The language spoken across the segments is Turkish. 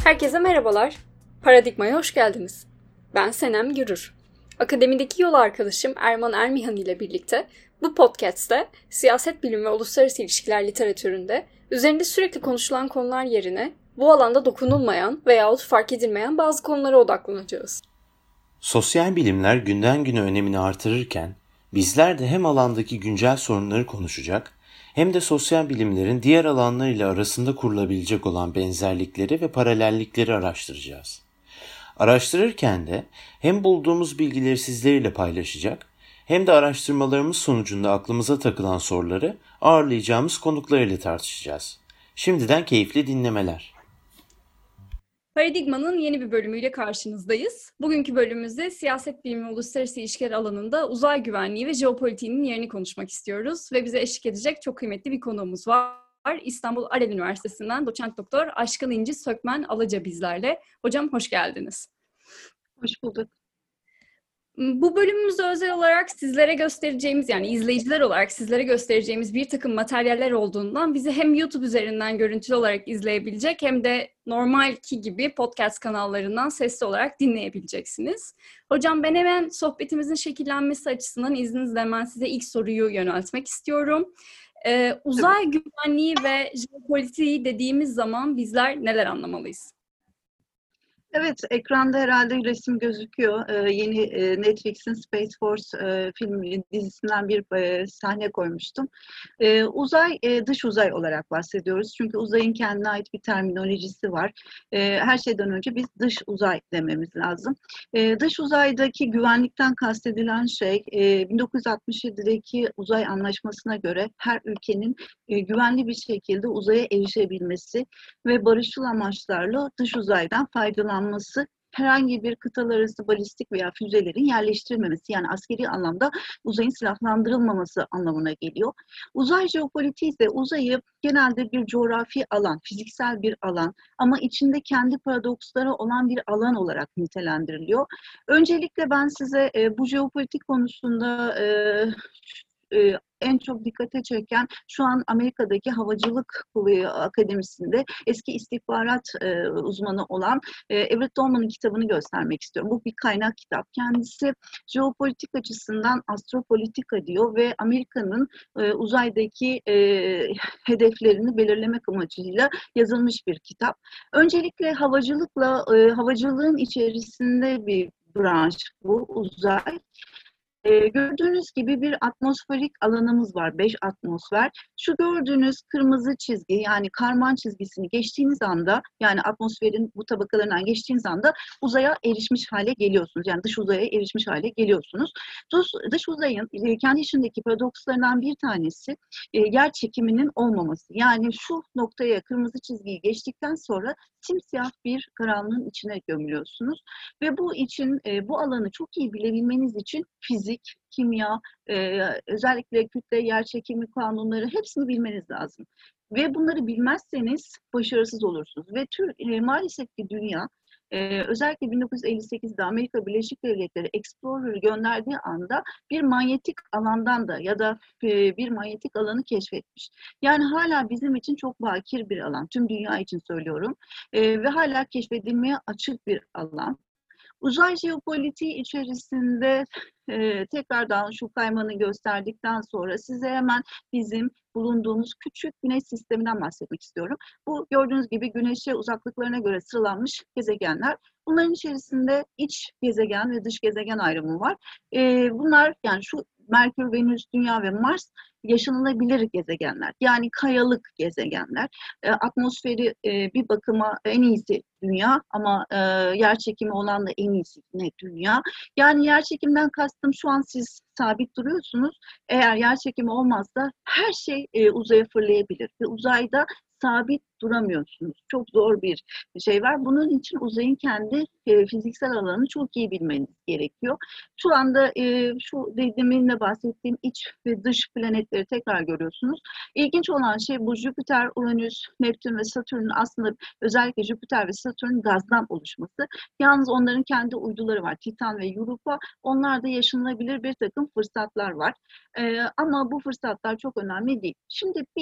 Herkese merhabalar. Paradigma'ya hoş geldiniz. Ben Senem Gürür. Akademideki yol arkadaşım Erman Ermihan ile birlikte bu podcast'te siyaset bilimi ve uluslararası ilişkiler literatüründe üzerinde sürekli konuşulan konular yerine bu alanda dokunulmayan veyahut fark edilmeyen bazı konulara odaklanacağız. Sosyal bilimler günden güne önemini artırırken bizler de hem alandaki güncel sorunları konuşacak hem de sosyal bilimlerin diğer alanlarıyla arasında kurulabilecek olan benzerlikleri ve paralellikleri araştıracağız. Araştırırken de hem bulduğumuz bilgileri sizlerle paylaşacak hem de araştırmalarımız sonucunda aklımıza takılan soruları ağırlayacağımız konuklar ile tartışacağız. Şimdiden keyifli dinlemeler. Paradigma'nın yeni bir bölümüyle karşınızdayız. Bugünkü bölümümüzde siyaset bilimi ve uluslararası ilişkiler alanında uzay güvenliği ve jeopolitiğinin yerini konuşmak istiyoruz. Ve bize eşlik edecek çok kıymetli bir konuğumuz var. İstanbul Alev Üniversitesi'nden doçent doktor Aşkın İnci Sökmen Alaca bizlerle. Hocam hoş geldiniz. Hoş bulduk. Bu bölümümüzde özel olarak sizlere göstereceğimiz, yani izleyiciler olarak sizlere göstereceğimiz bir takım materyaller olduğundan bizi hem YouTube üzerinden görüntülü olarak izleyebilecek hem de normalki gibi podcast kanallarından sesli olarak dinleyebileceksiniz. Hocam ben hemen sohbetimizin şekillenmesi açısından izninizle hemen size ilk soruyu yöneltmek istiyorum. Uzay güvenliği ve jeopolitiği dediğimiz zaman bizler neler anlamalıyız? Evet, ekranda herhalde resim gözüküyor. Yeni Netflix'in Space Force film dizisinden bir sahne koymuştum. Uzay, dış uzay olarak bahsediyoruz. Çünkü uzayın kendine ait bir terminolojisi var. Her şeyden önce biz dış uzay dememiz lazım. Dış uzaydaki güvenlikten kastedilen şey, 1967'deki uzay anlaşmasına göre her ülkenin güvenli bir şekilde uzaya erişebilmesi ve barışçıl amaçlarla dış uzaydan faydalanması, herhangi bir kıtalar arası balistik veya füzelerin yerleştirilmemesi, yani askeri anlamda uzayın silahlandırılmaması anlamına geliyor. Uzay jeopolitiği ise uzayı genelde bir coğrafi alan, fiziksel bir alan ama içinde kendi paradoksları olan bir alan olarak nitelendiriliyor. Öncelikle ben size bu jeopolitik konusunda en çok dikkate çeken şu an Amerika'daki Havacılık Akademisi'nde eski istihbarat uzmanı olan Everett Dolman'ın kitabını göstermek istiyorum. Bu bir kaynak kitap. Kendisi jeopolitik açısından astropolitika diyor ve Amerika'nın uzaydaki hedeflerini belirlemek amacıyla yazılmış bir kitap. Öncelikle havacılığın içerisinde bir branş bu uzay. Gördüğünüz gibi bir atmosferik alanımız var, 5 atmosfer. Şu gördüğünüz kırmızı çizgi, yani Karman çizgisini geçtiğiniz anda, yani atmosferin bu tabakalarından geçtiğiniz anda uzaya erişmiş hale geliyorsunuz. Yani dış uzaya erişmiş hale geliyorsunuz. Dış uzayın kendi içindeki paradokslarından bir tanesi yer çekiminin olmaması. Yani şu noktaya kırmızı çizgiyi geçtikten sonra simsiyah bir karanlığın içine gömülüyorsunuz. Ve bu alanı çok iyi bilebilmeniz için fizik, kimya, özellikle kütle yerçekimi kanunları hepsini bilmeniz lazım. Ve bunları bilmezseniz başarısız olursunuz. Ve maalesef ki dünya özellikle 1958'de Amerika Birleşik Devletleri Explorer'ı gönderdiği anda bir manyetik alandan da ya da bir manyetik alanı keşfetmiş. Yani hala bizim için çok bakir bir alan. Tüm dünya için söylüyorum. Ve hala keşfedilmeye açık bir alan. Uzay jeopolitiği içerisinde tekrardan şu kaymanı gösterdikten sonra size hemen bizim bulunduğumuz küçük güneş sisteminden bahsetmek istiyorum. Bu gördüğünüz gibi güneşe uzaklıklarına göre sıralanmış gezegenler. Bunların içerisinde iç gezegen ve dış gezegen ayrımı var. Bunlar, yani şu Merkür, Venüs, Dünya ve Mars yaşanılabilir gezegenler. Yani kayalık gezegenler. Atmosferi bir bakıma en iyisi Dünya ama yer çekimi olan da en iyisi yine Dünya. Yani yer çekimden kastım, şu an siz sabit duruyorsunuz. Eğer yer çekimi olmazsa her şey uzaya fırlayabilir ve uzayda sabit duramıyorsunuz. Çok zor bir şey var. Bunun için uzayın kendi fiziksel alanını çok iyi bilmeniz gerekiyor. Şu anda şu deminle bahsettiğim iç ve dış planetleri tekrar görüyorsunuz. İlginç olan şey, bu Jüpiter, Uranüs, Neptün ve Satürn'ün aslında, özellikle Jüpiter ve Satürn gazdan oluşması. Yalnız onların kendi uyduları var. Titan ve Europa. Onlarda yaşanılabilir bir takım fırsatlar var. Ama bu fırsatlar çok önemli değil. Şimdi biz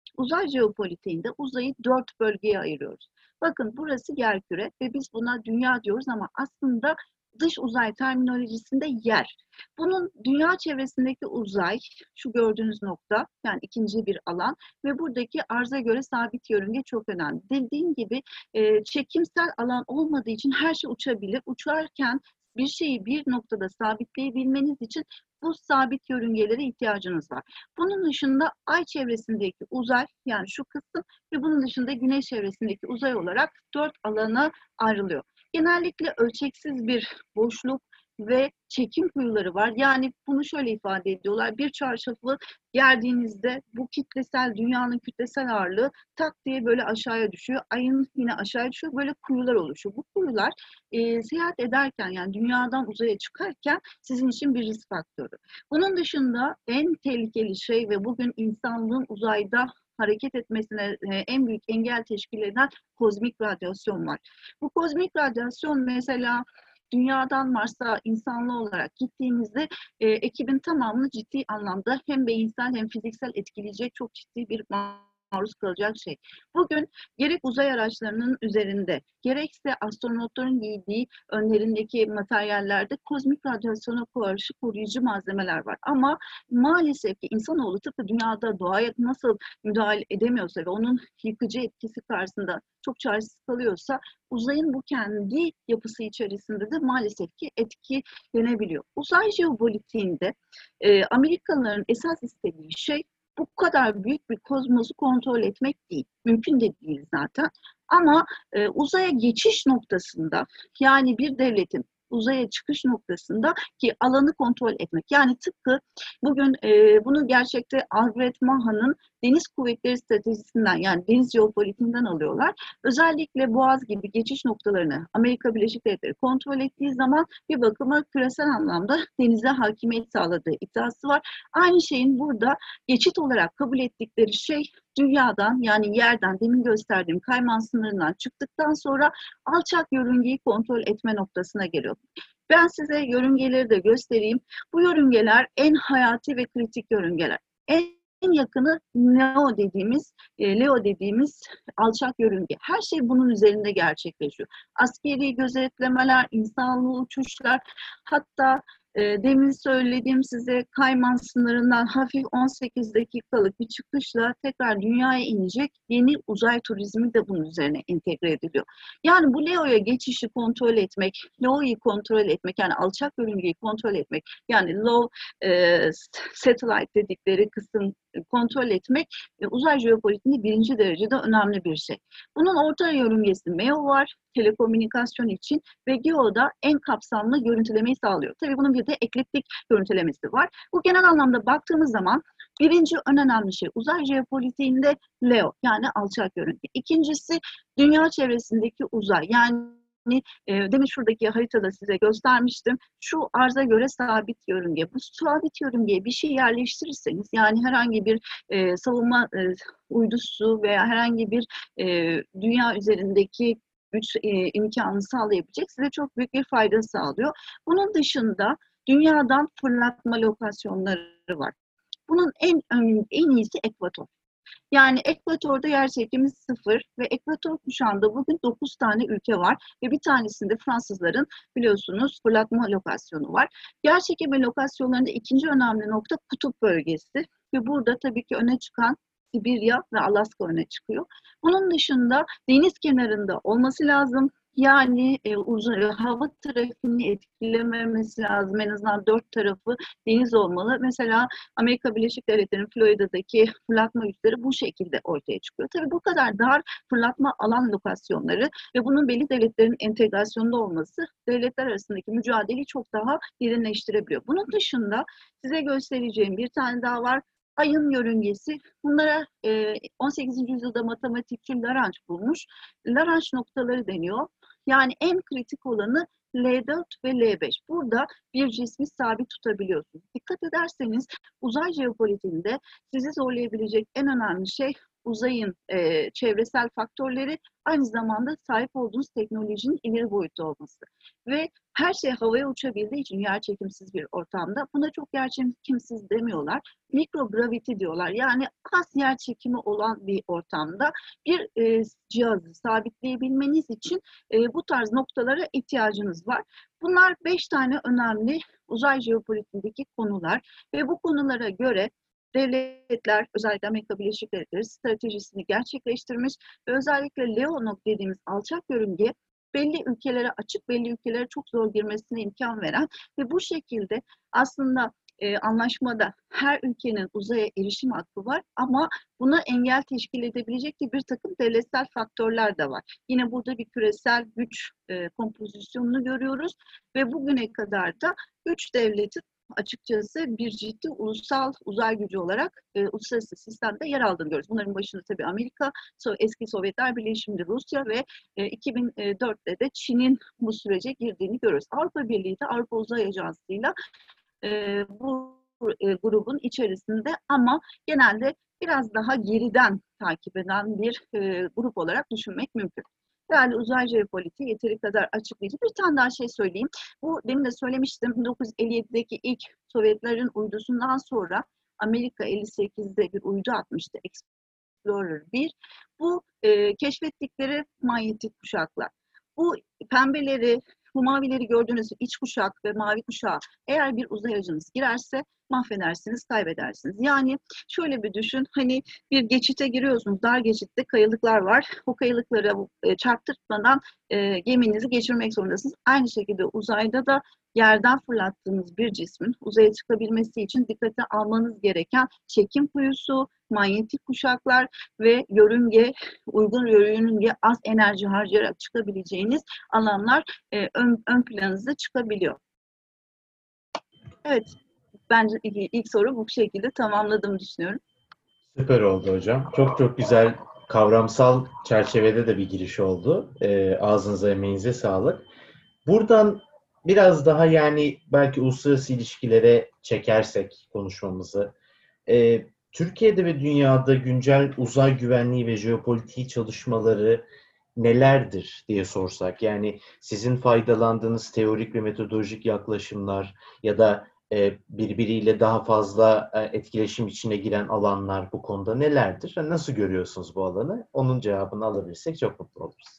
Uzay jeopolitiğinde uzayı 4 bölgeye ayırıyoruz. Bakın burası yerküre ve biz buna dünya diyoruz ama aslında dış uzay terminolojisinde yer. Bunun dünya çevresindeki uzay, şu gördüğünüz nokta, yani ikinci bir alan ve buradaki arza göre sabit yörünge çok önemli. Dediğim gibi çekimsel alan olmadığı için her şey uçabilir. Uçarken bir şeyi bir noktada sabitleyebilmeniz için bu sabit yörüngelere ihtiyacınız var. Bunun dışında ay çevresindeki uzay, yani şu kısım ve bunun dışında güneş çevresindeki uzay olarak 4 alana ayrılıyor. Genellikle ölçeksiz bir boşluk ve çekim kuyuları var. Yani bunu şöyle ifade ediyorlar. Bir çarşafı gerdiğinizde bu kitlesel, dünyanın kütlesel ağırlığı tak diye böyle aşağıya düşüyor. Ayın yine aşağıya düşüyor. Böyle kuyular oluşuyor. Bu kuyular seyahat ederken, yani dünyadan uzaya çıkarken sizin için bir risk faktörü. Bunun dışında en tehlikeli şey ve bugün insanlığın uzayda hareket etmesine en büyük engel teşkil eden kozmik radyasyon var. Bu kozmik radyasyon mesela Dünyadan Mars'a insanlı olarak gittiğimizde ekibin tamamını ciddi anlamda hem beyinsel hem fiziksel etkileyecek çok ciddi bir maruz kalacak şey. Bugün gerek uzay araçlarının üzerinde, gerekse astronotların giydiği önlerindeki materyallerde kozmik radyasyona karşı koruyucu malzemeler var. Ama maalesef ki insanoğlu tıpkı dünyada doğaya nasıl müdahale edemiyorsa ve onun yıkıcı etkisi karşısında çok çaresiz kalıyorsa uzayın bu kendi yapısı içerisinde de maalesef ki etkilenebiliyor. Uzay jeopolitiğinde Amerikalıların esas istediği şey bu kadar büyük bir kozmosu kontrol etmek değil. Mümkün de değil zaten. Ama uzaya geçiş noktasında, yani bir devletin uzaya çıkış noktasında ki alanı kontrol etmek. Yani tıpkı bugün bunu gerçekte Albert Maha'nın deniz kuvvetleri stratejisinden, yani deniz jeopolitiğinden alıyorlar. Özellikle Boğaz gibi geçiş noktalarını Amerika Birleşik Devletleri kontrol ettiği zaman bir bakıma küresel anlamda denize hakimiyet sağladığı iddiası var. Aynı şeyin burada geçit olarak kabul ettikleri şey dünyadan, yani yerden, demin gösterdiğim Kayman sınırından çıktıktan sonra alçak yörüngeyi kontrol etme noktasına geliyor. Ben size yörüngeleri de göstereyim. Bu yörüngeler en hayati ve kritik yörüngeler. En yakını Leo dediğimiz alçak yörünge. Her şey bunun üzerinde gerçekleşiyor. Askeri gözetlemeler, insanlı uçuşlar, hatta demin söylediğim size Kayman sınırından hafif 18 dakikalık bir çıkışla tekrar dünyaya inecek yeni uzay turizmi de bunun üzerine entegre ediliyor. Yani bu Leo'ya geçişi kontrol etmek, Leo'yu kontrol etmek, yani alçak yörüngeyi kontrol etmek, yani low satellite dedikleri kısım kontrol etmek uzay jeopolitiğinde birinci derecede önemli bir şey. Bunun orta yörüngesi MEO var, telekomünikasyon için ve GEO'da en kapsamlı görüntülemeyi sağlıyor. Tabii bunun bir de eklektik görüntülemesi var. Bu genel anlamda baktığımız zaman birinci önemli şey uzay jeopolitiğinde LEO, yani alçak yörünge. İkincisi dünya çevresindeki uzay, yani demin şuradaki haritada size göstermiştim. Şu arza göre sabit yörünge. Bu sabit yörüngeye bir şey yerleştirirseniz, yani herhangi bir savunma uydusu veya herhangi bir dünya üzerindeki güç imkanını sağlayabilecek, size çok büyük bir fayda sağlıyor. Bunun dışında dünyadan fırlatma lokasyonları var. Bunun en iyisi ekvator. Yani ekvatorda yer çekimi 0 ve ekvator kuşağında bugün 9 tane ülke var ve bir tanesinde Fransızların biliyorsunuz fırlatma lokasyonu var. Yer çekimi lokasyonlarında ikinci önemli nokta kutup bölgesi ve burada tabii ki öne çıkan Sibirya ve Alaska öne çıkıyor. Bunun dışında deniz kenarında olması lazım. Yani hava trafiğini etkilememesi lazım. En azından 4 tarafı deniz olmalı. Mesela Amerika Birleşik Devletleri'nin Florida'daki fırlatma üsleri bu şekilde ortaya çıkıyor. Tabii bu kadar dar fırlatma alan lokasyonları ve bunun belli devletlerin entegrasyonunda olması devletler arasındaki mücadeleyi çok daha derinleştirebiliyor. Bunun dışında size göstereceğim bir tane daha var. Ayın yörüngesi. Bunlara 18. yüzyılda matematikçi Lagrange bulmuş. Lagrange noktaları deniyor. Yani en kritik olanı L4 ve L5. Burada bir cismi sabit tutabiliyorsunuz. Dikkat ederseniz uzay jeopolitiğinde sizi zorlayabilecek en önemli şey uzayın çevresel faktörleri aynı zamanda sahip olduğunuz teknolojinin ileri boyutta olması. Ve her şey havaya uçabildiği için yerçekimsiz bir ortamda buna çok yerçekimsiz demiyorlar. Mikrogravity diyorlar. Yani az yer çekimi olan bir ortamda bir cihazı sabitleyebilmeniz için bu tarz noktalara ihtiyacınız var. Bunlar 5 tane önemli uzay jeopolitiğindeki konular ve bu konulara göre devletler, özellikle Amerika Birleşik Devletleri stratejisini gerçekleştirmiş ve özellikle LEONOK dediğimiz alçak yörünge belli ülkelere açık, belli ülkelere çok zor girmesine imkan veren ve bu şekilde aslında anlaşmada her ülkenin uzaya erişim hakkı var ama buna engel teşkil edebilecek de bir takım devletsel faktörler de var. Yine burada bir küresel güç kompozisyonunu görüyoruz ve bugüne kadar da 3 devletin açıkçası bir ciddi ulusal uzay gücü olarak uluslararası sistemde yer aldığını görüyoruz. Bunların başında tabii Amerika, eski Sovyetler Birliği, şimdi Rusya ve 2004'te de Çin'in bu sürece girdiğini görüyoruz. Avrupa Birliği de Avrupa Uzay Ajansı'yla bu grubun içerisinde ama genelde biraz daha geriden takip eden bir grup olarak düşünmek mümkün. Yani uzay jeopolitiği yeteri kadar açıklayıcı. Bir tane daha şey söyleyeyim. Bu demin de söylemiştim. 1957'deki ilk Sovyetlerin uydusundan sonra Amerika 58'de bir uydu atmıştı. Explorer 1. Bu keşfettikleri manyetik kuşaklar. Bu pembeleri, bu mavileri gördüğünüz iç kuşak ve mavi kuşağa eğer bir uzay aracınız girerse mahvedersiniz, kaybedersiniz. Yani şöyle bir düşün, hani bir geçite giriyorsunuz, dar geçitte kayalıklar var. O kayalıklara çarptırmadan geminizi geçirmek zorundasınız. Aynı şekilde uzayda da yerden fırlattığınız bir cismin uzaya çıkabilmesi için dikkate almanız gereken çekim kuyusu, manyetik kuşaklar ve yörünge, uygun yörünge az enerji harcayarak çıkabileceğiniz alanlar ön planınıza çıkabiliyor. Evet, bence ilk soru bu şekilde tamamladığımı düşünüyorum. Süper oldu hocam. Çok çok güzel kavramsal çerçevede de bir giriş oldu. Ağzınıza emeğinize sağlık. Buradan biraz daha yani belki uluslararası ilişkilere çekersek konuşmamızı. Türkiye'de ve dünyada güncel uzay güvenliği ve jeopolitiği çalışmaları nelerdir diye sorsak. Yani sizin faydalandığınız teorik ve metodolojik yaklaşımlar ya da birbiriyle daha fazla etkileşim içine giren alanlar bu konuda nelerdir? Nasıl görüyorsunuz bu alanı? Onun cevabını alabilirsek çok mutlu oluruz.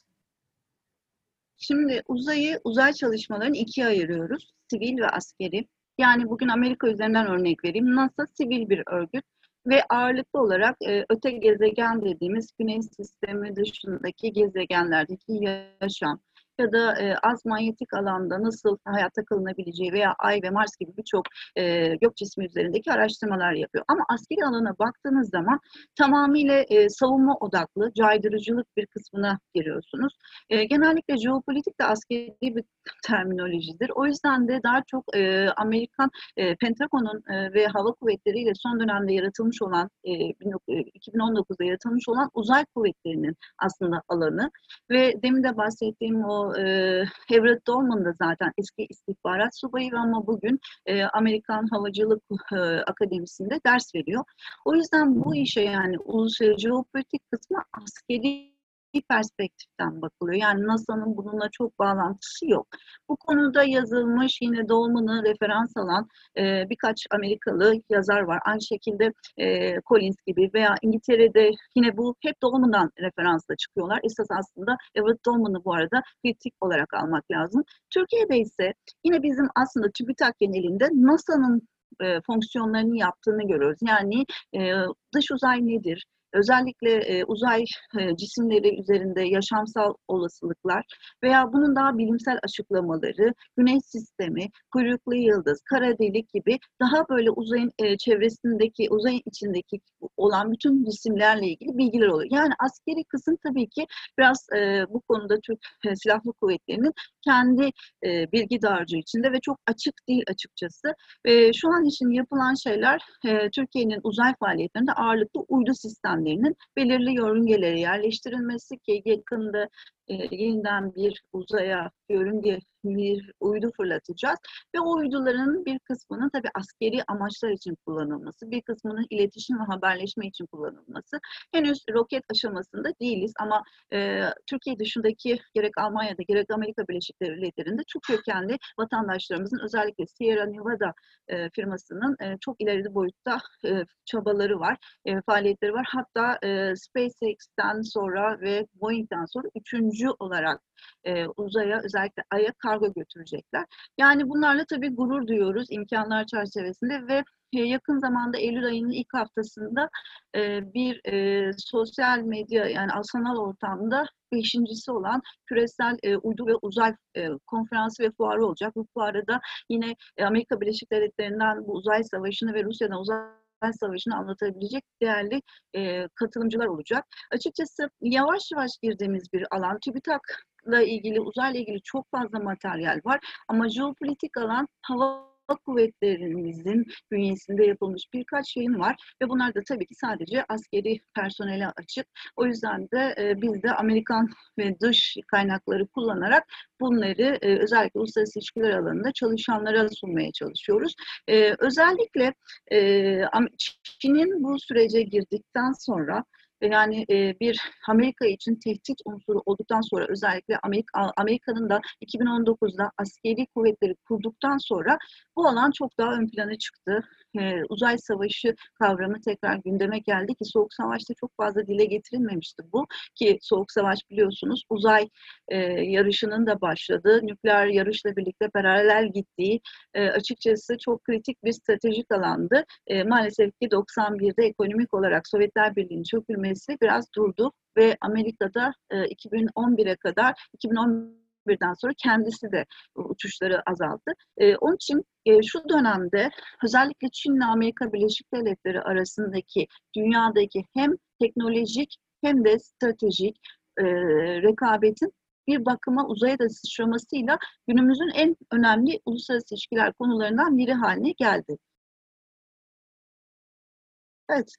Şimdi uzay çalışmalarını ikiye ayırıyoruz. Sivil ve askeri. Yani bugün Amerika üzerinden örnek vereyim. NASA sivil bir örgüt ve ağırlıklı olarak öte gezegen dediğimiz Güneş sistemi dışındaki gezegenlerdeki yaşam ya da az manyetik alanda nasıl hayata kalınabileceği veya Ay ve Mars gibi birçok gök cismi üzerindeki araştırmalar yapıyor. Ama askeri alana baktığınız zaman tamamıyla savunma odaklı, caydırıcılık bir kısmına giriyorsunuz. Genellikle jeopolitik de askeri bir terminolojidir. O yüzden de daha çok Amerikan Pentagon'un ve Hava Kuvvetleri ile son dönemde yaratılmış olan 2019'da yaratılmış olan uzay kuvvetlerinin aslında alanı ve demin de bahsettiğim o Everett Dolman da zaten eski istihbarat subayı ama bugün Amerikan Havacılık Akademisi'nde ders veriyor. O yüzden bu işe yani uluslararası jeopolitik kısmı askeri perspektiften bakılıyor. Yani NASA'nın bununla çok bağlantısı yok. Bu konuda yazılmış yine Dolman'ı referans alan birkaç Amerikalı yazar var. Aynı şekilde Collins gibi veya İngiltere'de yine bu hep Dolman'dan referansla çıkıyorlar. Esas aslında Everett Dolman'ı bu arada kritik olarak almak lazım. Türkiye'de ise yine bizim aslında TÜBİTAK genelinde NASA'nın fonksiyonlarını yaptığını görüyoruz. Yani dış uzay nedir? Özellikle uzay cisimleri üzerinde yaşamsal olasılıklar veya bunun daha bilimsel açıklamaları, güneş sistemi, kuyruklu yıldız, kara delik gibi daha böyle uzayın çevresindeki, uzayın içindeki olan bütün cisimlerle ilgili bilgiler oluyor. Yani askeri kısım tabii ki biraz bu konuda Türk Silahlı Kuvvetleri'nin kendi bilgi dağarcığı içinde ve çok açık değil açıkçası. Şu an için yapılan şeyler Türkiye'nin uzay faaliyetlerinde ağırlıklı uydu sistemlerinin belirli yörüngelere yerleştirilmesi ki yakında yeniden bir uzaya yörünge bir uydu fırlatacağız ve o uyduların bir kısmının tabii askeri amaçlar için kullanılması, bir kısmının iletişim ve haberleşme için kullanılması. Henüz roket aşamasında değiliz ama Türkiye dışındaki gerek Almanya'da gerek Amerika Birleşik Devletleri'nde çok kökenli vatandaşlarımızın özellikle Sierra Nevada firmasının çok ileri boyutta çabaları var, faaliyetleri var. Hatta SpaceX'ten sonra ve Boeing'den sonra üçüncü olarak uzaya, özellikle Ay'a kargo götürecekler. Yani bunlarla tabii gurur duyuyoruz imkanlar çerçevesinde ve yakın zamanda Eylül ayının ilk haftasında bir sosyal medya yani sanal ortamda beşincisi olan küresel uydu ve uzay konferansı ve fuarı olacak. Bu fuarda da yine Amerika Birleşik Devletleri'nden bu uzay savaşını ve Rusya'dan uzay savaşını anlatabilecek değerli katılımcılar olacak. Açıkçası yavaş yavaş girdiğimiz bir alan. TÜBİTAK'la ilgili, uzayla ilgili çok fazla materyal var ama jeopolitik alan hava kuvvetlerimizin bünyesinde yapılmış birkaç yayın var ve bunlar da tabii ki sadece askeri personele açık. O yüzden de biz de Amerikan ve dış kaynakları kullanarak bunları özellikle uluslararası ilişkiler alanında çalışanlara sunmaya çalışıyoruz. Özellikle Çin'in bu sürece girdikten sonra yani bir Amerika için tehdit unsuru olduktan sonra özellikle Amerika'nın da 2019'da askeri kuvvetleri kurduktan sonra bu alan çok daha ön plana çıktı. Uzay savaşı kavramı tekrar gündeme geldi ki Soğuk Savaş'ta çok fazla dile getirilmemişti bu ki Soğuk Savaş biliyorsunuz uzay yarışının da başladığı, nükleer yarışla birlikte paralel gittiği açıkçası çok kritik bir stratejik alandı. Maalesef ki 91'de ekonomik olarak Sovyetler Birliği'nin çökülmesi biraz durdu ve Amerika'da 2011'e kadar 2011'den sonra kendisi de uçuşları azalttı. Onun için şu dönemde özellikle Çin'le Amerika Birleşik Devletleri arasındaki dünyadaki hem teknolojik hem de stratejik rekabetin bir bakıma uzaya da sıçramasıyla günümüzün en önemli uluslararası ilişkiler konularından biri haline geldi. Evet.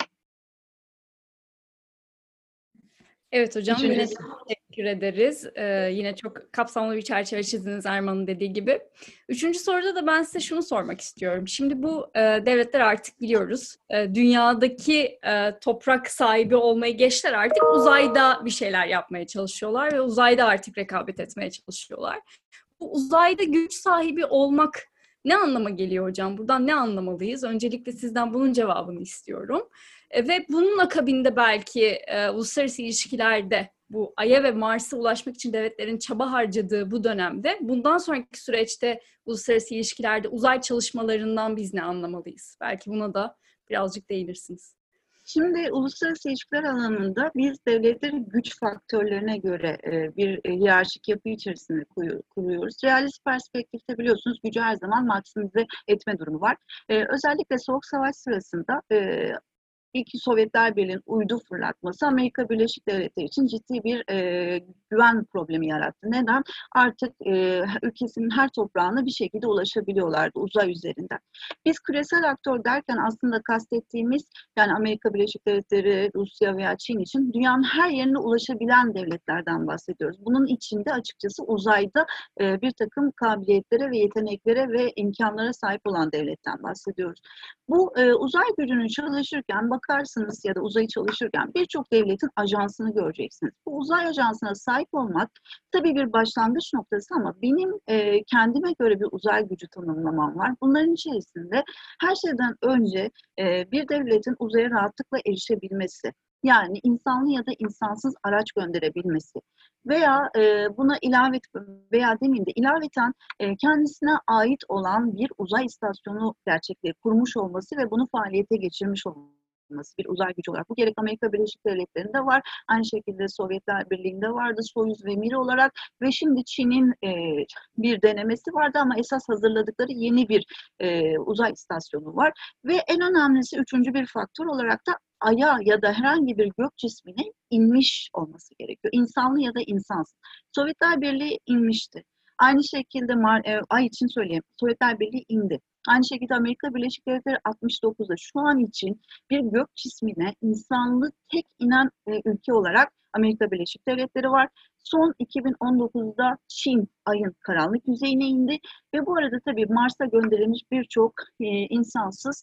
Evet hocam, yine Üçüncüsü. çok teşekkür ederiz. Yine çok kapsamlı bir çerçeve çizdiniz Erman'ın dediği gibi. Üçüncü soruda da ben size şunu sormak istiyorum. Şimdi bu devletler artık biliyoruz. Dünyadaki toprak sahibi olmayı geçtiler, artık uzayda bir şeyler yapmaya çalışıyorlar ve uzayda artık rekabet etmeye çalışıyorlar. Bu uzayda güç sahibi olmak ne anlama geliyor hocam? Buradan ne anlamalıyız? Öncelikle sizden bunun cevabını istiyorum. Ve bunun akabinde belki uluslararası ilişkilerde bu Ay'a ve Mars'a ulaşmak için devletlerin çaba harcadığı bu dönemde bundan sonraki süreçte uluslararası ilişkilerde uzay çalışmalarından biz ne anlamalıyız? Belki buna da birazcık değinirsiniz. Şimdi uluslararası ilişkiler alanında biz devletleri güç faktörlerine göre bir hiyerarşik yapı içerisinde kuruyoruz. Realist perspektifte biliyorsunuz gücü her zaman maksimize etme durumu var. Özellikle Soğuk Savaş sırasında İlk Sovyetler Birliği'nin uydu fırlatması Amerika Birleşik Devletleri için ciddi bir güven problemi yarattı. Neden? Artık ülkesinin her toprağına bir şekilde ulaşabiliyorlardı uzay üzerinden. Biz küresel aktör derken aslında kastettiğimiz yani Amerika Birleşik Devletleri, Rusya veya Çin için dünyanın her yerine ulaşabilen devletlerden bahsediyoruz. Bunun içinde açıkçası uzayda bir takım kabiliyetlere ve yeteneklere ve imkanlara sahip olan devletten bahsediyoruz. Bu uzay gücünü çalışırken bakarsınız ya da uzayı çalışırken birçok devletin ajansını göreceksiniz. Bu uzay ajansına sahip olmak tabii bir başlangıç noktası ama benim kendime göre bir uzay gücü tanımlamam var. Bunların içerisinde her şeyden önce bir devletin uzaya rahatlıkla erişebilmesi. Yani insanlı ya da insansız araç gönderebilmesi veya buna ilave veya demin de ilaveten kendisine ait olan bir uzay istasyonu kurmuş olması ve bunu faaliyete geçirmiş olması bir uzay gücü olarak. Bu gerek Amerika Birleşik Devletleri'nde var, aynı şekilde Sovyetler Birliği'nde vardı Soyuz ve Mir olarak ve şimdi Çin'in bir denemesi vardı ama esas hazırladıkları yeni bir uzay istasyonu var ve en önemlisi üçüncü bir faktör olarak da Ay'a ya da herhangi bir gök cismine inmiş olması gerekiyor. İnsanlı ya da insansız. Sovyetler Birliği inmişti. Aynı şekilde Ay için söyleyeyim. Sovyetler Birliği indi. Aynı şekilde Amerika Birleşik Devletleri 69'da şu an için bir gök cismine insanlı tek inen ülke olarak Amerika Birleşik Devletleri var. Son 2019'da Çin ayın karanlık yüzeyine indi ve bu arada tabii Mars'a gönderilmiş birçok insansız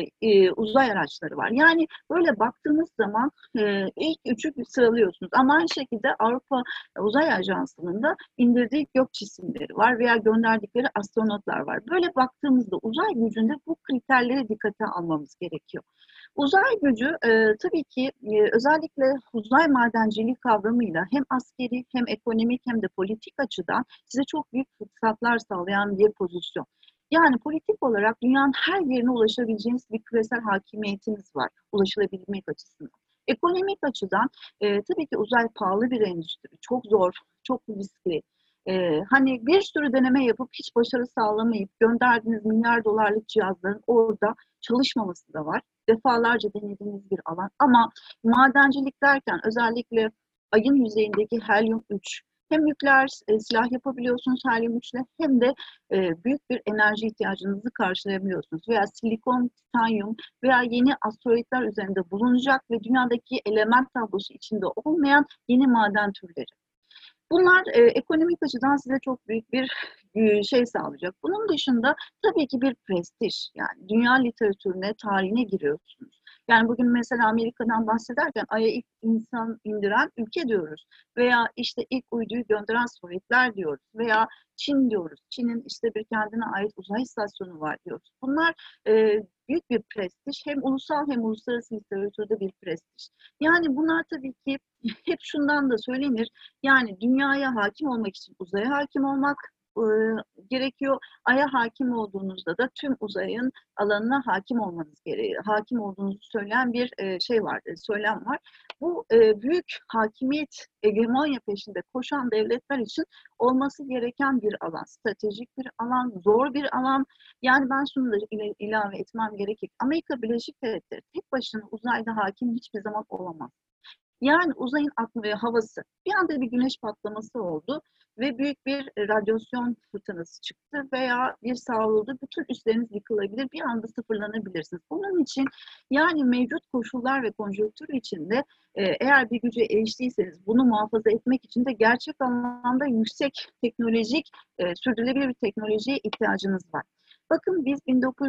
uzay araçları var. Yani böyle baktığınız zaman ilk üçü sıralıyorsunuz ama aynı şekilde Avrupa Uzay Ajansı'nın da indirdiği gök cisimleri var veya gönderdikleri astronotlar var. Böyle baktığımızda uzay gücünde bu kriterleri dikkate almamız gerekiyor. Uzay gücü tabii ki özellikle uzay madenciliği kavramıyla hem askeri hem ekonomik hem de politik açıdan size çok büyük fırsatlar sağlayan bir pozisyon. Yani politik olarak dünyanın her yerine ulaşabileceğiniz bir küresel hakimiyetiniz var ulaşılabilmek açısından. Ekonomik açıdan tabii ki uzay pahalı bir endüstri, çok zor, çok riskli. Hani bir sürü deneme yapıp hiç başarı sağlamayıp gönderdiğiniz milyar dolarlık cihazların orada çalışmaması da var. Defalarca denediğiniz bir alan ama madencilik derken özellikle ayın yüzeyindeki helyum 3 hem nükleer silah yapabiliyorsunuz helyum 3 ile hem de büyük bir enerji ihtiyacınızı karşılayabiliyorsunuz. Veya silikon, titanyum veya yeni asteroidler üzerinde bulunacak ve dünyadaki element tablosu içinde olmayan yeni maden türleri. Bunlar ekonomik açıdan size çok büyük bir şey sağlayacak. Bunun dışında tabii ki bir prestij. Yani dünya literatürüne, tarihine giriyorsunuz. Yani bugün mesela Amerika'dan bahsederken Ay'a ilk insan indiren ülke diyoruz. Veya işte ilk uyduyu gönderen Sovyetler diyoruz. Veya Çin diyoruz. Çin'in işte bir kendine ait uzay istasyonu var diyoruz. Bunlar büyük bir prestij. Hem ulusal hem uluslararası literatürde bir prestij. Yani bunlar tabii ki hep şundan da söylenir. Yani dünyaya hakim olmak için uzaya hakim olmak gerekiyor. Ay'a hakim olduğunuzda da tüm uzayın alanına hakim olmanız gerekiyor. Hakim olduğunuzu söyleyen bir şey var, söylem var. Bu büyük hakimiyet, hegemonya peşinde koşan devletler için olması gereken bir alan. Stratejik bir alan, zor bir alan. Yani ben şunu da ilave etmem gerekir. Amerika Birleşik Devletleri tek başına uzayda hakim hiçbir zaman olamaz. Yani uzayın havası. Bir anda bir güneş patlaması oldu ve büyük bir radyasyon fırtınası çıktı veya bir savruldu. Bütün üsleriniz yıkılabilir, bir anda sıfırlanabilirsiniz. Bunun için yani mevcut koşullar ve konjonktür içinde eğer bir güce eriştiyseniz bunu muhafaza etmek için de gerçek anlamda yüksek teknolojik, sürdürülebilir bir teknolojiye ihtiyacınız var. Bakın biz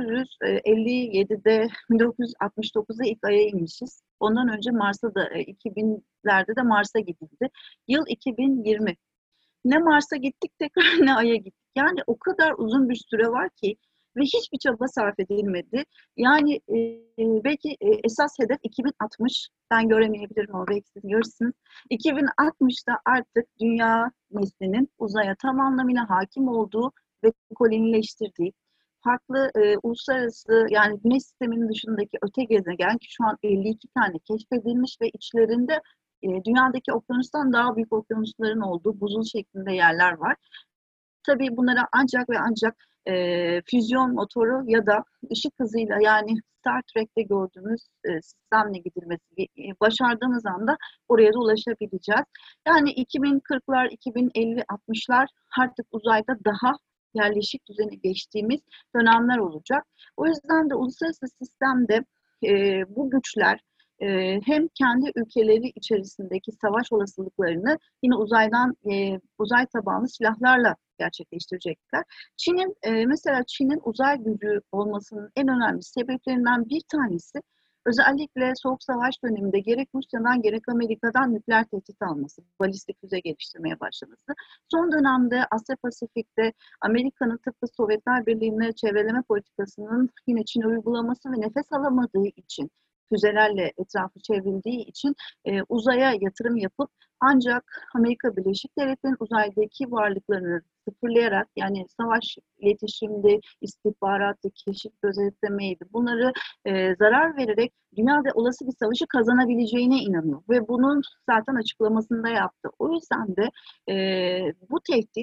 1957'de, 1969'da ilk Ay'a inmişiz. Ondan önce Mars'a da 2000'lerde de Mars'a gidildi. Yıl 2020. Ne Mars'a gittik tekrar ne Ay'a gittik. Yani o kadar uzun bir süre var ki ve hiçbir çaba sarf edilmedi. Yani belki esas hedef 2060. Ben göremeyebilirim ama belki siz görürsünüz. 2060'da artık dünya neslinin uzaya tam anlamıyla hakim olduğu ve kolonileştirdiği farklı uluslararası yani Güneş sisteminin dışındaki öte gezegen ki şu an 52 tane keşfedilmiş ve içlerinde dünyadaki okyanustan daha büyük okyanusların olduğu buzul şeklinde yerler var. Tabii bunlara ancak ve ancak füzyon motoru ya da ışık hızıyla yani Star Trek'te gördüğümüz sistemle gidilmesi başardığımız anda oraya da ulaşabileceğiz. Yani 2040'lar, 2050, 60'lar artık uzayda daha yerleşik düzene geçtiğimiz dönemler olacak. O yüzden de uluslararası sistemde bu güçler hem kendi ülkeleri içerisindeki savaş olasılıklarını yine uzaydan uzay tabanlı silahlarla gerçekleştirecekler. Çin'in mesela Çin'in uzay gücü olmasının en önemli sebeplerinden bir tanesi özellikle Soğuk Savaş döneminde gerek Rusya'dan gerek Amerika'dan nükleer tehdit alması, balistik füze geliştirmeye başlaması. Son dönemde Asya Pasifik'te Amerika'nın tıpkı Sovyetler Birliği'ne çevreleme politikasının yine Çin'e uygulaması ve nefes alamadığı için füzelerle etrafı çevrildiği için uzaya yatırım yapıp ancak Amerika Birleşik Devletleri'nin uzaydaki varlıklarını sıfırlayarak yani savaş, iletişimde, istihbarattı, keşif, gözetlemeydi bunları zarar vererek dünyada olası bir savaşı kazanabileceğine inanıyor ve bunun zaten açıklamasını da yaptı. O yüzden de bu tehdit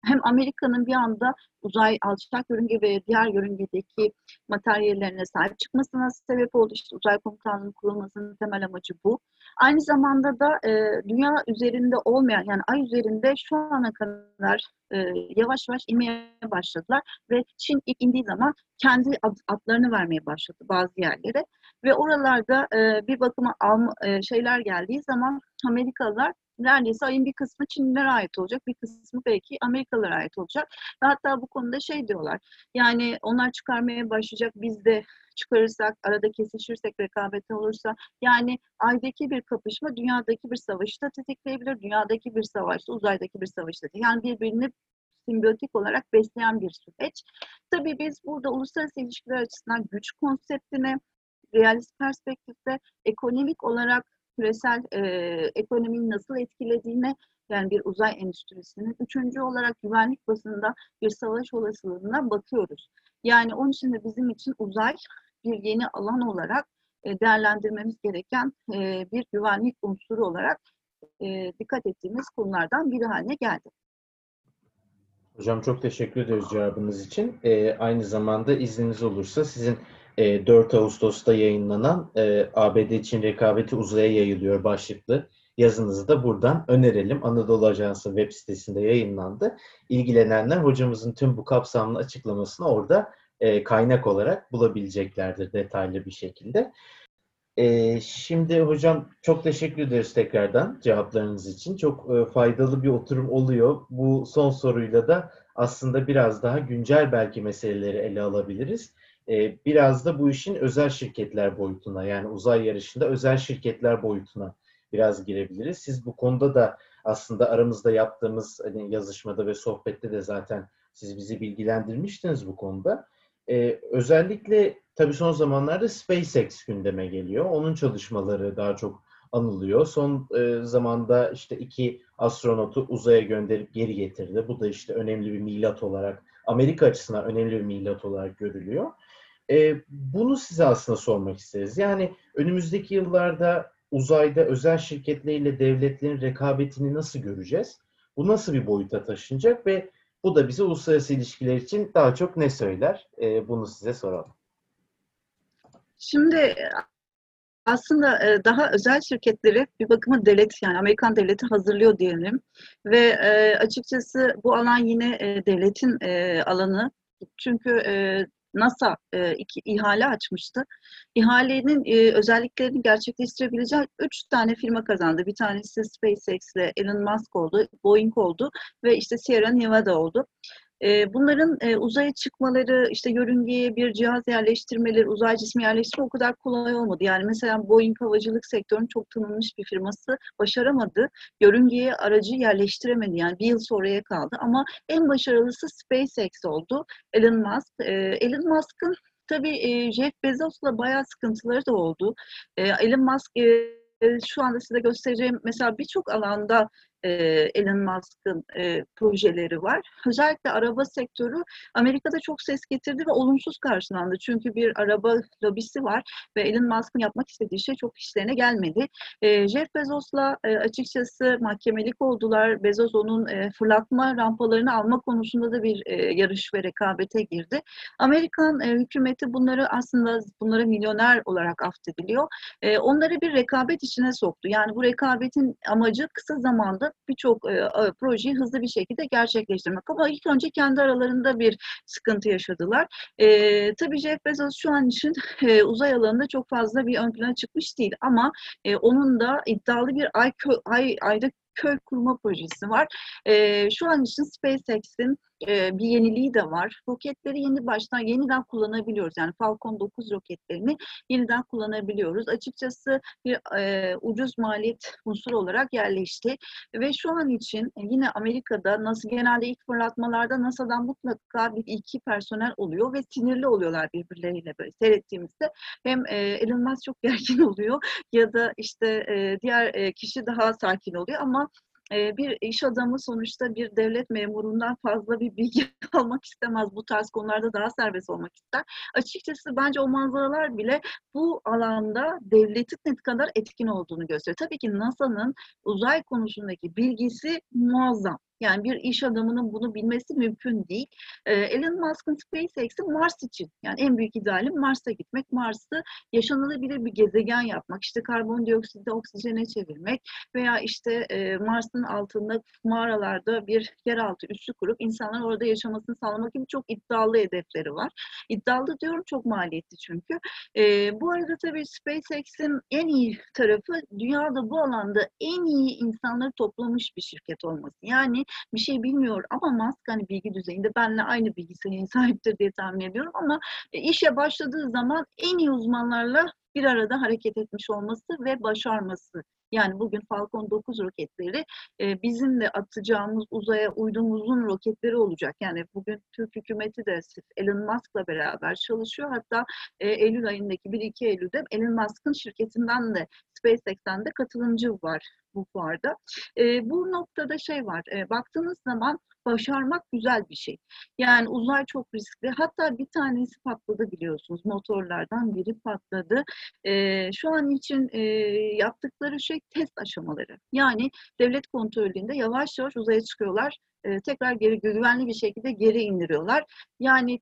hem Amerika'nın bir anda uzay, alçak yörünge ve diğer yörüngedeki materyallerine sahip çıkmasına sebep oldu. İşte uzay komutanlığının kurulmasının temel amacı bu. Aynı zamanda da dünya üzerinde olmayan, yani ay üzerinde şu ana kadar yavaş yavaş inmeye başladılar ve Çin ilk indiği zaman kendi adlarını vermeye başladı bazı yerlere ve oralarda bir bakıma şeyler geldiği zaman Amerikalılar neredeyse ayın bir kısmı Çinlilere ait olacak, bir kısmı belki Amerikalılara ait olacak. Ve hatta bu konuda şey diyorlar, yani onlar çıkarmaya başlayacak, biz de çıkarırsak, arada kesişirsek, rekabet olursa, yani aydaki bir kapışma dünyadaki bir savaşı da tetikleyebilir, dünyadaki bir savaşta, uzaydaki bir savaşı da. Yani birbirini simbiyotik olarak besleyen bir süreç. Tabii biz burada uluslararası ilişkiler açısından güç konseptini, realist perspektifte ekonomik olarak küresel ekonominin nasıl etkilediğine, yani bir uzay endüstrisinin, üçüncü olarak güvenlik bazında bir savaş olasılığına bakıyoruz. Yani onun için de bizim için uzay bir yeni alan olarak değerlendirmemiz gereken bir güvenlik unsuru olarak dikkat ettiğimiz konulardan biri haline geldi. Hocam çok teşekkür ederiz cevabınız için. Aynı zamanda izniniz olursa sizin 4 Ağustos'ta yayınlanan ABD-Çin rekabeti uzaya yayılıyor başlıklı yazınızı da buradan önerelim. Anadolu Ajansı web sitesinde yayınlandı. İlgilenenler hocamızın tüm bu kapsamlı açıklamasını orada kaynak olarak bulabileceklerdir detaylı bir şekilde. Şimdi hocam çok teşekkür ederiz tekrardan cevaplarınız için. Çok faydalı bir oturum oluyor. Bu son soruyla da aslında biraz daha güncel belki meseleleri ele alabiliriz. Biraz da bu işin özel şirketler boyutuna, yani uzay yarışında özel şirketler boyutuna biraz girebiliriz. Siz bu konuda da aslında aramızda yaptığımız hani yazışmada ve sohbette de zaten siz bizi bilgilendirmiştiniz bu konuda. Özellikle tabii son zamanlarda SpaceX gündeme geliyor. Onun çalışmaları daha çok anılıyor. Son zamanda işte 2 astronotu uzaya gönderip geri getirdi. Bu da işte önemli bir milat olarak, Amerika açısından önemli bir milat olarak görülüyor. Bunu size aslında sormak isteriz. Yani önümüzdeki yıllarda uzayda özel şirketleriyle devletlerin rekabetini nasıl göreceğiz? Bu nasıl bir boyuta taşınacak ve bu da bize uluslararası ilişkiler için daha çok ne söyler? Bunu size soralım. Şimdi aslında daha özel şirketleri bir bakıma devlet, yani Amerikan devleti hazırlıyor diyelim ve açıkçası bu alan yine devletin alanı. Çünkü NASA ihale açmıştı. İhalenin özelliklerini gerçekleştirebilecek 3 tane firma kazandı. Bir tanesi SpaceX ile Elon Musk oldu, Boeing oldu ve işte Sierra Nevada oldu. Bunların uzaya çıkmaları, işte yörüngeye bir cihaz yerleştirmeleri, uzay cismi yerleştirme o kadar kolay olmadı. Yani mesela Boeing havacılık sektörünün çok tanınmış bir firması başaramadı. Yörüngeye aracı yerleştiremedi. Yani bir yıl sonraya kaldı. Ama en başarılısı SpaceX oldu. Elon Musk. Elon Musk'ın tabii Jeff Bezos'la bayağı sıkıntıları da oldu. Elon Musk şu anda size göstereceğim mesela birçok alanda Elon Musk'ın projeleri var. Özellikle araba sektörü Amerika'da çok ses getirdi ve olumsuz karşılandı. Çünkü bir araba lobisi var ve Elon Musk'ın yapmak istediği şey çok işlerine gelmedi. Jeff Bezos'la açıkçası mahkemelik oldular. Bezos onun fırlatma rampalarını alma konusunda da bir yarış ve rekabete girdi. Amerikan hükümeti bunlara milyoner olarak affediliyor. Onları bir rekabet içine soktu. Yani bu rekabetin amacı kısa zamanda birçok projeyi hızlı bir şekilde gerçekleştirmek. Ama ilk önce kendi aralarında bir sıkıntı yaşadılar. Tabii Jeff Bezos şu an için uzay alanında çok fazla bir ön plana çıkmış değil ama onun da iddialı bir ayda köy kurma projesi var. Şu an için SpaceX'in bir yeniliği de var. Roketleri yeniden kullanabiliyoruz. Yani Falcon 9 roketlerini yeniden kullanabiliyoruz. Açıkçası bir ucuz maliyet unsuru olarak yerleşti. Ve şu an için yine Amerika'da genelde ilk fırlatmalarda NASA'dan mutlaka bir iki personel oluyor ve sinirli oluyorlar birbirleriyle böyle seyrettiğimizde. Hem Elon Musk çok gergin oluyor ya da işte diğer kişi daha sakin oluyor ama bir iş adamı sonuçta bir devlet memurundan fazla bir bilgi almak istemez. Bu tarz konularda daha serbest olmak ister. Açıkçası bence o manzaralar bile bu alanda devletin ne kadar etkin olduğunu gösteriyor. Tabii ki NASA'nın uzay konusundaki bilgisi muazzam. Yani bir iş adamının bunu bilmesi mümkün değil. Elon Musk'ın SpaceX'i Mars için. Yani en büyük idealim Mars'a gitmek. Mars'ı yaşanılabilir bir gezegen yapmak. İşte karbondioksiti oksijene çevirmek veya işte Mars'ın altında mağaralarda bir yeraltı üssü kurup insanların orada yaşamasını sağlamak gibi çok iddialı hedefleri var. İddialı diyorum, çok maliyetli çünkü. Bu arada tabii SpaceX'in en iyi tarafı dünyada bu alanda en iyi insanları toplamış bir şirket olması. Yani bir şey bilmiyor ama Musk hani bilgi düzeyinde benimle aynı bilgi seviyesine sahiptir diye tahmin ediyorum ama işe başladığı zaman en iyi uzmanlarla bir arada hareket etmiş olması ve başarması. Yani bugün Falcon 9 roketleri bizim de atacağımız uzaya uydumuzun roketleri olacak. Yani bugün Türk hükümeti de Elon Musk'la beraber çalışıyor. Hatta Eylül ayındaki 1-2 Eylül'de Elon Musk'ın şirketinden de SpaceX'ten de katılımcı var bu fuarda. Bu noktada şey var, baktığınız zaman başarmak güzel bir şey. Yani uzay çok riskli. Hatta bir tanesi patladı biliyorsunuz. Motorlardan biri patladı. Şu an için yaptıkları şey test aşamaları. Yani devlet kontrolünde yavaş yavaş uzaya çıkıyorlar. Tekrar geri güvenli bir şekilde geri indiriyorlar. Yani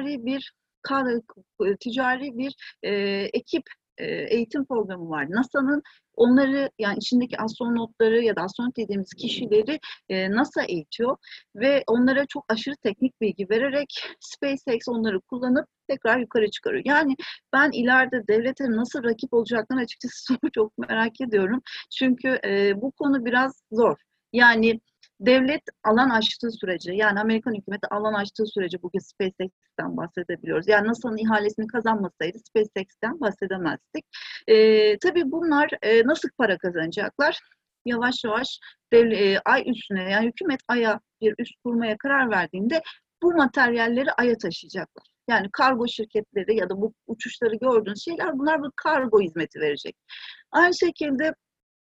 ticari bir ekip eğitim programı var. NASA'nın onları, yani içindeki astronotları ya da astronot dediğimiz kişileri NASA eğitiyor ve onlara çok aşırı teknik bilgi vererek SpaceX onları kullanıp tekrar yukarı çıkarıyor. Yani ben ileride devlete nasıl rakip olacaklarını açıkçası çok merak ediyorum. Çünkü bu konu biraz zor. Yani devlet alan açtığı sürece, yani Amerikan hükümeti alan açtığı sürece bugün SpaceX'ten bahsedebiliyoruz. Yani NASA'nın ihalesini kazanmasaydı SpaceX'ten bahsedemezdik. Tabii bunlar nasıl para kazanacaklar? Yavaş yavaş ay üstüne, yani hükümet Ay'a bir üs kurmaya karar verdiğinde bu materyalleri Ay'a taşıyacaklar. Yani kargo şirketleri ya da bu uçuşları gördüğünüz şeyler, bunlar bu kargo hizmeti verecek. Aynı şekilde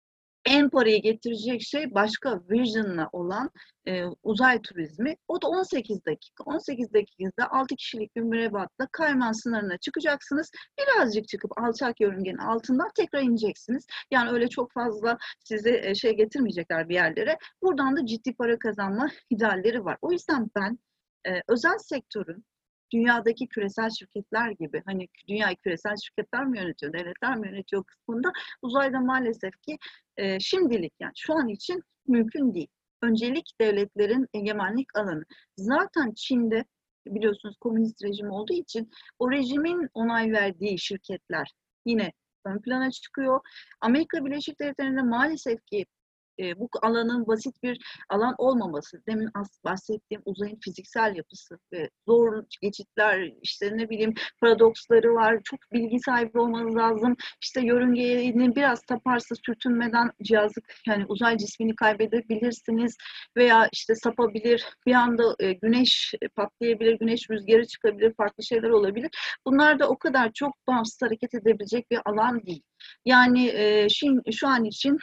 en parayı getirecek şey başka Vision'la olan uzay turizmi. O da 18 dakika. 18 dakikada 6 kişilik bir mürettebatla Kayman sınırına çıkacaksınız. Birazcık çıkıp alçak yörüngenin altından tekrar ineceksiniz. Yani öyle çok fazla sizi şey getirmeyecekler bir yerlere. Buradan da ciddi para kazanma idealleri var. O yüzden ben özel sektörün dünyadaki küresel şirketler gibi, hani dünyayı küresel şirketler mi yönetiyor, devletler mi yönetiyor kısmında uzayda maalesef ki şimdilik, yani şu an için mümkün değil. Öncelik devletlerin egemenlik alanı. Zaten Çin'de biliyorsunuz komünist rejim olduğu için o rejimin onay verdiği şirketler yine ön plana çıkıyor. Amerika Birleşik Devletleri'nde maalesef ki bu alanın basit bir alan olmaması, demin bahsettiğim uzayın fiziksel yapısı ve zor geçitler, işte ne bileyim paradoksları var, çok bilgi sahibi olmanız lazım. İşte yörüngenin biraz taparsa sürtünmeden cihazı, yani uzay cismini kaybedebilirsiniz veya işte sapabilir, bir anda güneş patlayabilir, güneş rüzgarı çıkabilir, farklı şeyler olabilir. Bunlar da o kadar çok bağımsız hareket edebilecek bir alan değil. Yani şu an için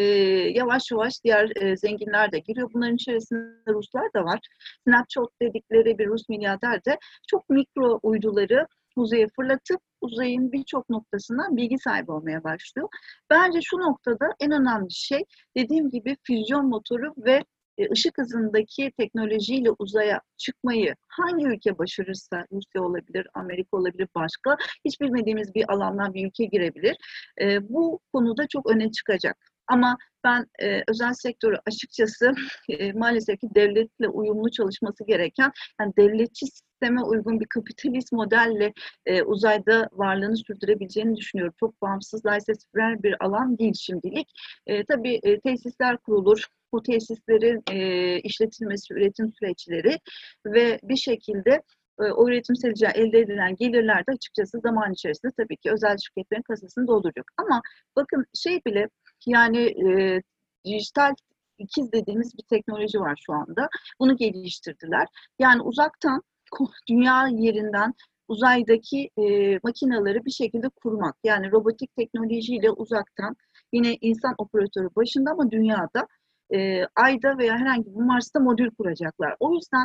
yavaş yavaş diğer zenginler de giriyor. Bunların içerisinde Ruslar da var. Snapshot dedikleri bir Rus milyarder de çok mikro uyduları uzaya fırlatıp uzayın birçok noktasından bilgi sahibi olmaya başlıyor. Bence şu noktada en önemli şey, dediğim gibi, füzyon motoru ve ışık hızındaki teknolojiyle uzaya çıkmayı hangi ülke başarırsa, Rusya olabilir, Amerika olabilir, başka hiç bilmediğimiz bir alandan bir ülke girebilir. Bu konuda çok öne çıkacak. Ama ben özel sektörü açıkçası maalesef ki devletle uyumlu çalışması gereken, yani devletçi sisteme uygun bir kapitalist modelle uzayda varlığını sürdürebileceğini düşünüyorum. Çok bağımsız, laissez-faire bir alan değil şimdilik. Tabii tesisler kurulur. Bu tesislerin işletilmesi, üretim süreçleri ve bir şekilde o üretim süreci elde edilen gelirler de açıkçası zaman içerisinde tabii ki özel şirketlerin kasasını dolduracak. Ama bakın şey bile, yani dijital ikiz dediğimiz bir teknoloji var şu anda. Bunu geliştirdiler. Yani uzaktan dünya yerinden uzaydaki makineleri bir şekilde kurmak. Yani robotik teknolojiyle uzaktan, yine insan operatörü başında ama dünyada Ay'da veya herhangi bir Mars'ta modül kuracaklar. O yüzden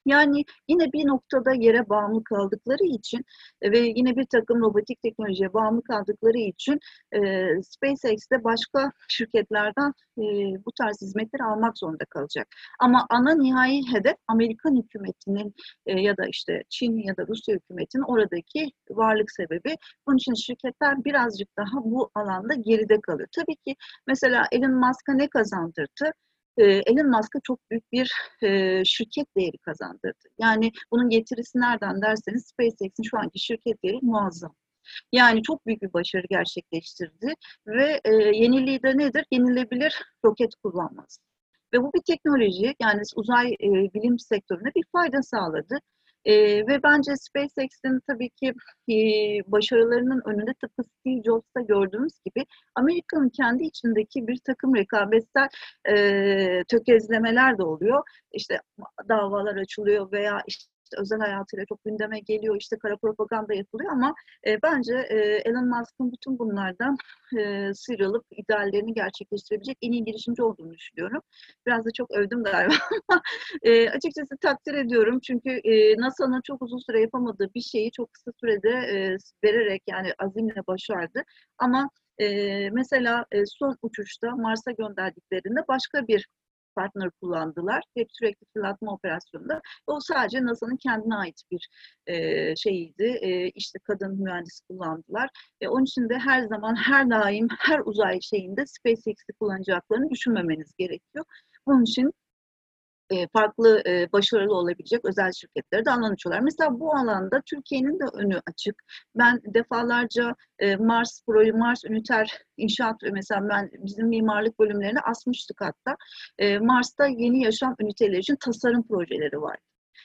Yani yine bir noktada yere bağımlı kaldıkları için ve yine bir takım robotik teknolojiye bağımlı kaldıkları için SpaceX'te başka şirketlerden bu tarz hizmetleri almak zorunda kalacak. Ama ana nihai hedef Amerikan hükümetinin ya da işte Çin ya da Rusya hükümetinin oradaki varlık sebebi. Bunun için şirketler birazcık daha bu alanda geride kalıyor. Tabii ki mesela Elon Musk'a ne kazandırdı? Elon Musk'a çok büyük bir şirket değeri kazandırdı. Yani bunun getirisi nereden derseniz SpaceX'in şu anki şirket değeri muazzam. Yani çok büyük bir başarı gerçekleştirdi ve yeniliği de nedir? Yenilebilir roket kullanması. Ve bu bir teknoloji, yani uzay bilim sektörüne bir fayda sağladı. Ve bence SpaceX'in tabii ki başarılarının önünde tıpkı Steve Jobs'ta gördüğümüz gibi Amerika'nın kendi içindeki bir takım rekabetsel tökezlemeler de oluyor. İşte davalar açılıyor veya işte özel hayatıyla çok gündeme geliyor, işte kara propaganda yapılıyor ama bence Elon Musk'ın bütün bunlardan sıyrılıp ideallerini gerçekleştirebilecek en iyi girişimci olduğunu düşünüyorum. Biraz da çok övdüm galiba ama açıkçası takdir ediyorum. Çünkü NASA'nın çok uzun süre yapamadığı bir şeyi çok kısa sürede vererek yani azimle başardı. Ama mesela son uçuşta Mars'a gönderdiklerinde başka bir partner kullandılar. Hep sürekli fırlatma operasyonunda. O sadece NASA'nın kendine ait bir şeyiydi. İşte kadın mühendis kullandılar. Onun için de her zaman, her daim, her uzay şeyinde SpaceX'i kullanacaklarını düşünmemeniz gerekiyor. Bunun için farklı başarılı olabilecek özel şirketlere de alan açıyorlar. Mesela bu alanda Türkiye'nin de önü açık. Ben defalarca Mars üniter inşaat mesela bizim mimarlık bölümlerine asmıştık hatta. Mars'ta yeni yaşam üniteleri için tasarım projeleri var.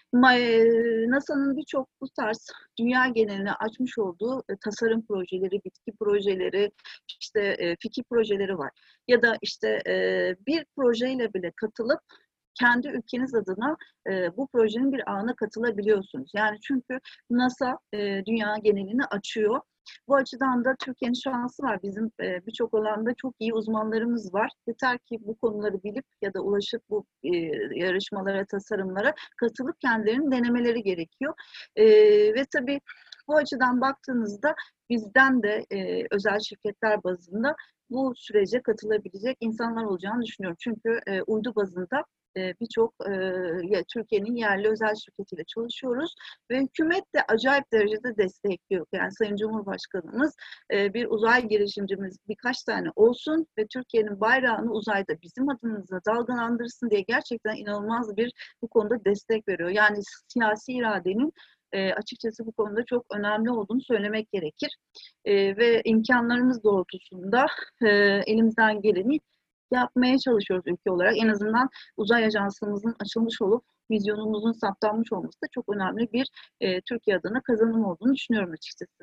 NASA'nın birçok bu tarz dünya geneline açmış olduğu tasarım projeleri, bitki projeleri, işte fikir projeleri var. Ya da işte bir projeyle bile katılıp kendi ülkeniz adına bu projenin bir ağına katılabiliyorsunuz. Yani çünkü NASA dünya genelini açıyor. Bu açıdan da Türkiye'nin şansı var. Bizim birçok alanda çok iyi uzmanlarımız var. Yeter ki bu konuları bilip ya da ulaşıp bu yarışmalara, tasarımlara katılıp kendilerinin denemeleri gerekiyor. Ve tabii bu açıdan baktığınızda bizden de özel şirketler bazında bu sürece katılabilecek insanlar olacağını düşünüyorum. Çünkü uydu bazında birçok Türkiye'nin yerli özel şirketiyle çalışıyoruz ve hükümet de acayip derecede destekliyor. Yani Sayın Cumhurbaşkanımız bir uzay girişimcimiz birkaç tane olsun ve Türkiye'nin bayrağını uzayda bizim adımıza dalgalandırsın diye gerçekten inanılmaz bir bu konuda destek veriyor. Yani siyasi iradenin açıkçası bu konuda çok önemli olduğunu söylemek gerekir. Ve imkanlarımız doğrultusunda elimizden geleni yapmaya çalışıyoruz ülke olarak. En azından uzay ajansımızın açılmış olup vizyonumuzun saptanmış olması da çok önemli bir Türkiye adına kazanım olduğunu düşünüyorum açıkçası.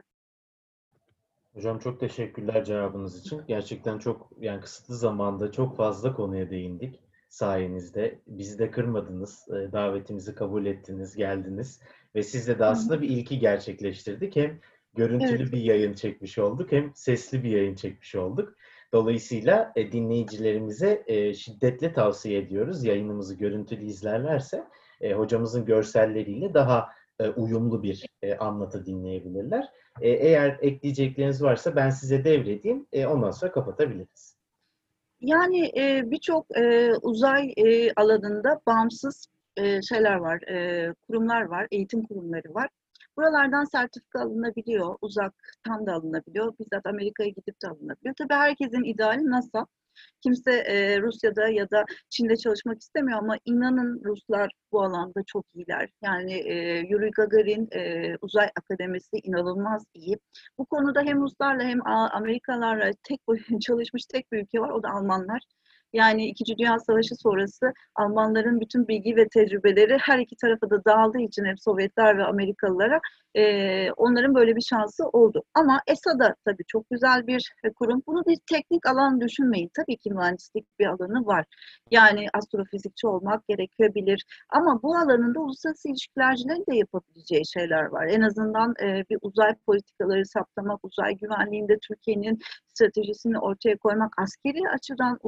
Hocam çok teşekkürler cevabınız için. Gerçekten çok yani kısıtlı zamanda çok fazla konuya değindik sayenizde. Bizi de kırmadınız, davetimizi kabul ettiniz, geldiniz ve sizle de Hı hı. aslında bir ilki gerçekleştirdik. Hem Evet. görüntülü bir yayın çekmiş olduk hem sesli bir yayın çekmiş olduk. Dolayısıyla dinleyicilerimize şiddetle tavsiye ediyoruz. Yayınımızı görüntülü izlerlerse hocamızın görselleriyle daha uyumlu bir anlatı dinleyebilirler. Eğer ekleyecekleriniz varsa ben size devredeyim. Ondan sonra kapatabiliriz. Yani birçok uzay alanında bağımsız şeyler var, kurumlar var, eğitim kurumları var. Buralardan sertifika alınabiliyor, uzaktan da alınabiliyor, bizzat Amerika'ya gidip de alınabiliyor. Tabii herkesin ideali NASA. Kimse Rusya'da ya da Çin'de çalışmak istemiyor ama inanın Ruslar bu alanda çok iyiler. Yani Yuri Gagarin Uzay Akademisi inanılmaz iyi. Bu konuda hem Ruslarla hem Amerikalılarla çalışmış tek bir ülke var, o da Almanlar. Yani İkinci Dünya Savaşı sonrası Almanların bütün bilgi ve tecrübeleri her iki tarafa da dağıldığı için hem Sovyetler ve Amerikalılara onların böyle bir şansı oldu. Ama ESA da tabii çok güzel bir kurum. Bunu bir teknik alan düşünmeyin. Tabii ki mühendislik bir alanı var. Yani astrofizikçi olmak gerekebilir. Ama bu alanında uluslararası ilişkilercilerin de yapabileceği şeyler var. En azından bir uzay politikaları saptamak, uzay güvenliğinde Türkiye'nin stratejisini ortaya koymak, askeri açıdan uzayla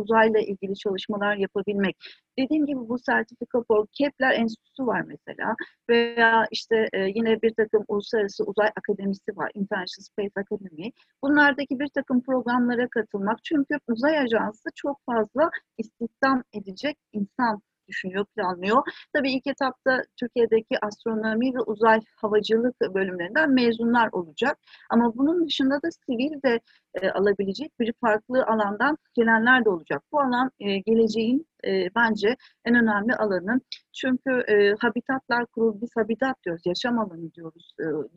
ilgili çalışmalar yapabilmek. Dediğim gibi bu sertifika Kepler Enstitüsü var mesela veya işte yine bir takım uluslararası uzay akademisi var, International Space Academy. Bunlardaki bir takım programlara katılmak. Çünkü uzay ajansı çok fazla istihdam edecek insan düşünüyor, planlıyor. Tabii ilk etapta Türkiye'deki astronomi ve uzay havacılık bölümlerinden mezunlar olacak. Ama bunun dışında da sivil de alabilecek bir farklı alandan gelenler de olacak. Bu alan geleceğin bence en önemli alanı. Çünkü habitatlar kurulu, biz habitat diyoruz, yaşam alanı diyoruz.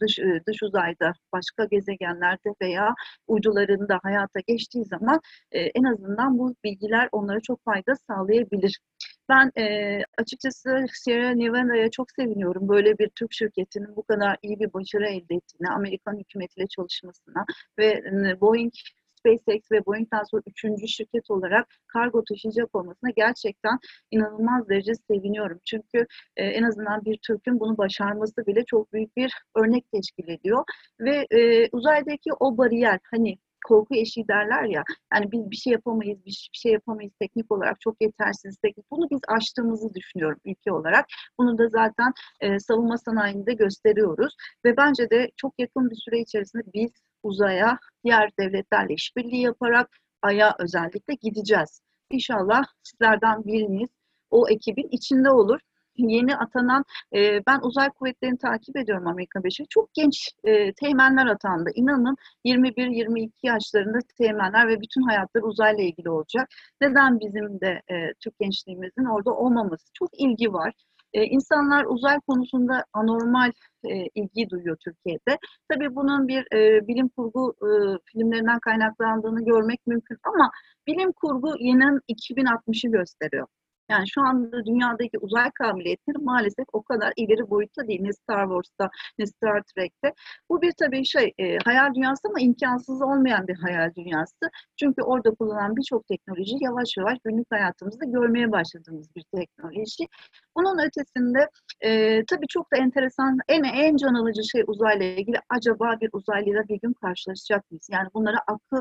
Dış uzayda, başka gezegenlerde veya uydularında hayata geçtiği zaman en azından bu bilgiler onlara çok fayda sağlayabilir. Ben açıkçası Sierra Nevada'ya çok seviniyorum. Böyle bir Türk şirketinin bu kadar iyi bir başarı elde ettiğine, Amerikan hükümetiyle çalışmasına ve Boeing, SpaceX ve Boeing'den sonra üçüncü şirket olarak kargo taşıyacak olmasına gerçekten inanılmaz derece seviniyorum. Çünkü en azından bir Türk'ün bunu başarması bile çok büyük bir örnek teşkil ediyor. Ve uzaydaki o bariyer, hani korku eşiği derler ya, yani biz bir şey yapamayız, bir şey yapamayız, teknik olarak çok yetersiz. Bunu biz aştığımızı düşünüyorum ülke olarak. Bunu da zaten savunma sanayinde gösteriyoruz. Ve bence de çok yakın bir süre içerisinde biz uzaya diğer devletlerle işbirliği yaparak Ay'a özellikle gideceğiz. İnşallah sizlerden biriniz o ekibin içinde olur. Yeni atanan, ben uzay kuvvetlerini takip ediyorum Amerika Birleşik. Çok genç teğmenler atandı. İnanın 21-22 yaşlarında teğmenler ve bütün hayatları uzayla ilgili olacak. Neden bizim de Türk gençliğimizin orada olmaması? Çok ilgi var. İnsanlar uzay konusunda anormal ilgi duyuyor Türkiye'de. Tabii bunun bir bilim kurgu filmlerinden kaynaklandığını görmek mümkün ama bilim kurgu yeni 2060'ı gösteriyor. Yani şu anda dünyadaki uzay kabiliyetleri maalesef o kadar ileri boyutta değil. Ne Star Wars'ta ne Star Trek'te. Bu bir tabii hayal dünyası ama imkansız olmayan bir hayal dünyası. Çünkü orada kullanılan birçok teknoloji yavaş yavaş günlük hayatımızda görmeye başladığımız bir teknoloji. Bunun ötesinde tabii çok da enteresan, en can alıcı şey uzayla ilgili, acaba bir uzaylıyla bir gün karşılaşacak mıyız? Yani bunlara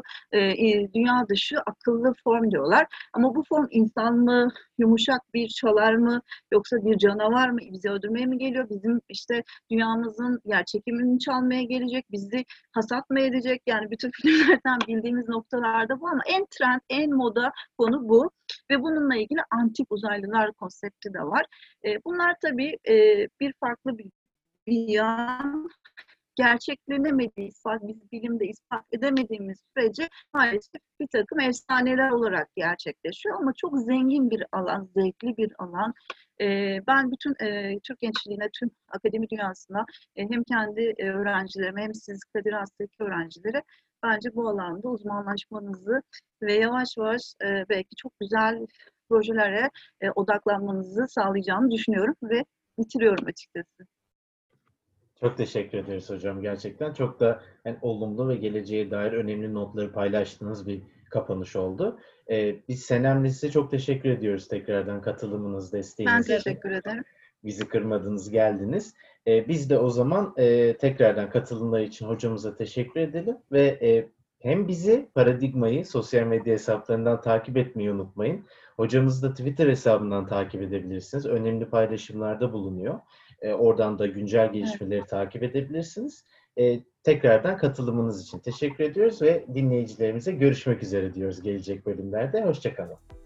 dünya dışı akıllı form diyorlar. Ama bu form insan mı, yumuşak bir çalar mı, yoksa bir canavar mı, bizi öldürmeye mi geliyor? Bizim işte dünyamızın yerçekimini çalmaya gelecek, bizi hasat mı edecek? Yani bütün filmlerden bildiğimiz noktalarda bu ama en trend, en moda konu bu. Ve bununla ilgili antik uzaylılar konsepti de var. Bunlar tabii bir farklı bir yan, gerçeklenemediği, biz bilimde ispat edemediğimiz sürece maalesef bir takım efsaneler olarak gerçekleşiyor. Ama çok zengin bir alan, zevkli bir alan. Ben bütün Türk gençliğine, tüm akademi dünyasına, hem kendi öğrencilerime hem siz Kadir Has'taki öğrencilere bence bu alanda uzmanlaşmanızı ve yavaş yavaş belki çok güzel projelere odaklanmanızı sağlayacağını düşünüyorum ve bitiriyorum açıkçası. Çok teşekkür ederiz hocam. Gerçekten çok da olumlu ve geleceğe dair önemli notları paylaştığınız bir kapanış oldu. Biz Senem'le size çok teşekkür ediyoruz tekrardan katılımınız, Ben desteğiniz için. teşekkür ederim. Bizi kırmadınız, geldiniz. Biz de o zaman tekrardan katılımlar için hocamıza teşekkür edelim ve hem bizi, Paradigma'yı sosyal medya hesaplarından takip etmeyi unutmayın. Hocamızı da Twitter hesabından takip edebilirsiniz. Önemli paylaşımlarda bulunuyor. Oradan da güncel gelişmeleri takip edebilirsiniz. Tekrardan katılımınız için teşekkür ediyoruz ve dinleyicilerimize görüşmek üzere diyoruz gelecek bölümlerde. Hoşça kalın.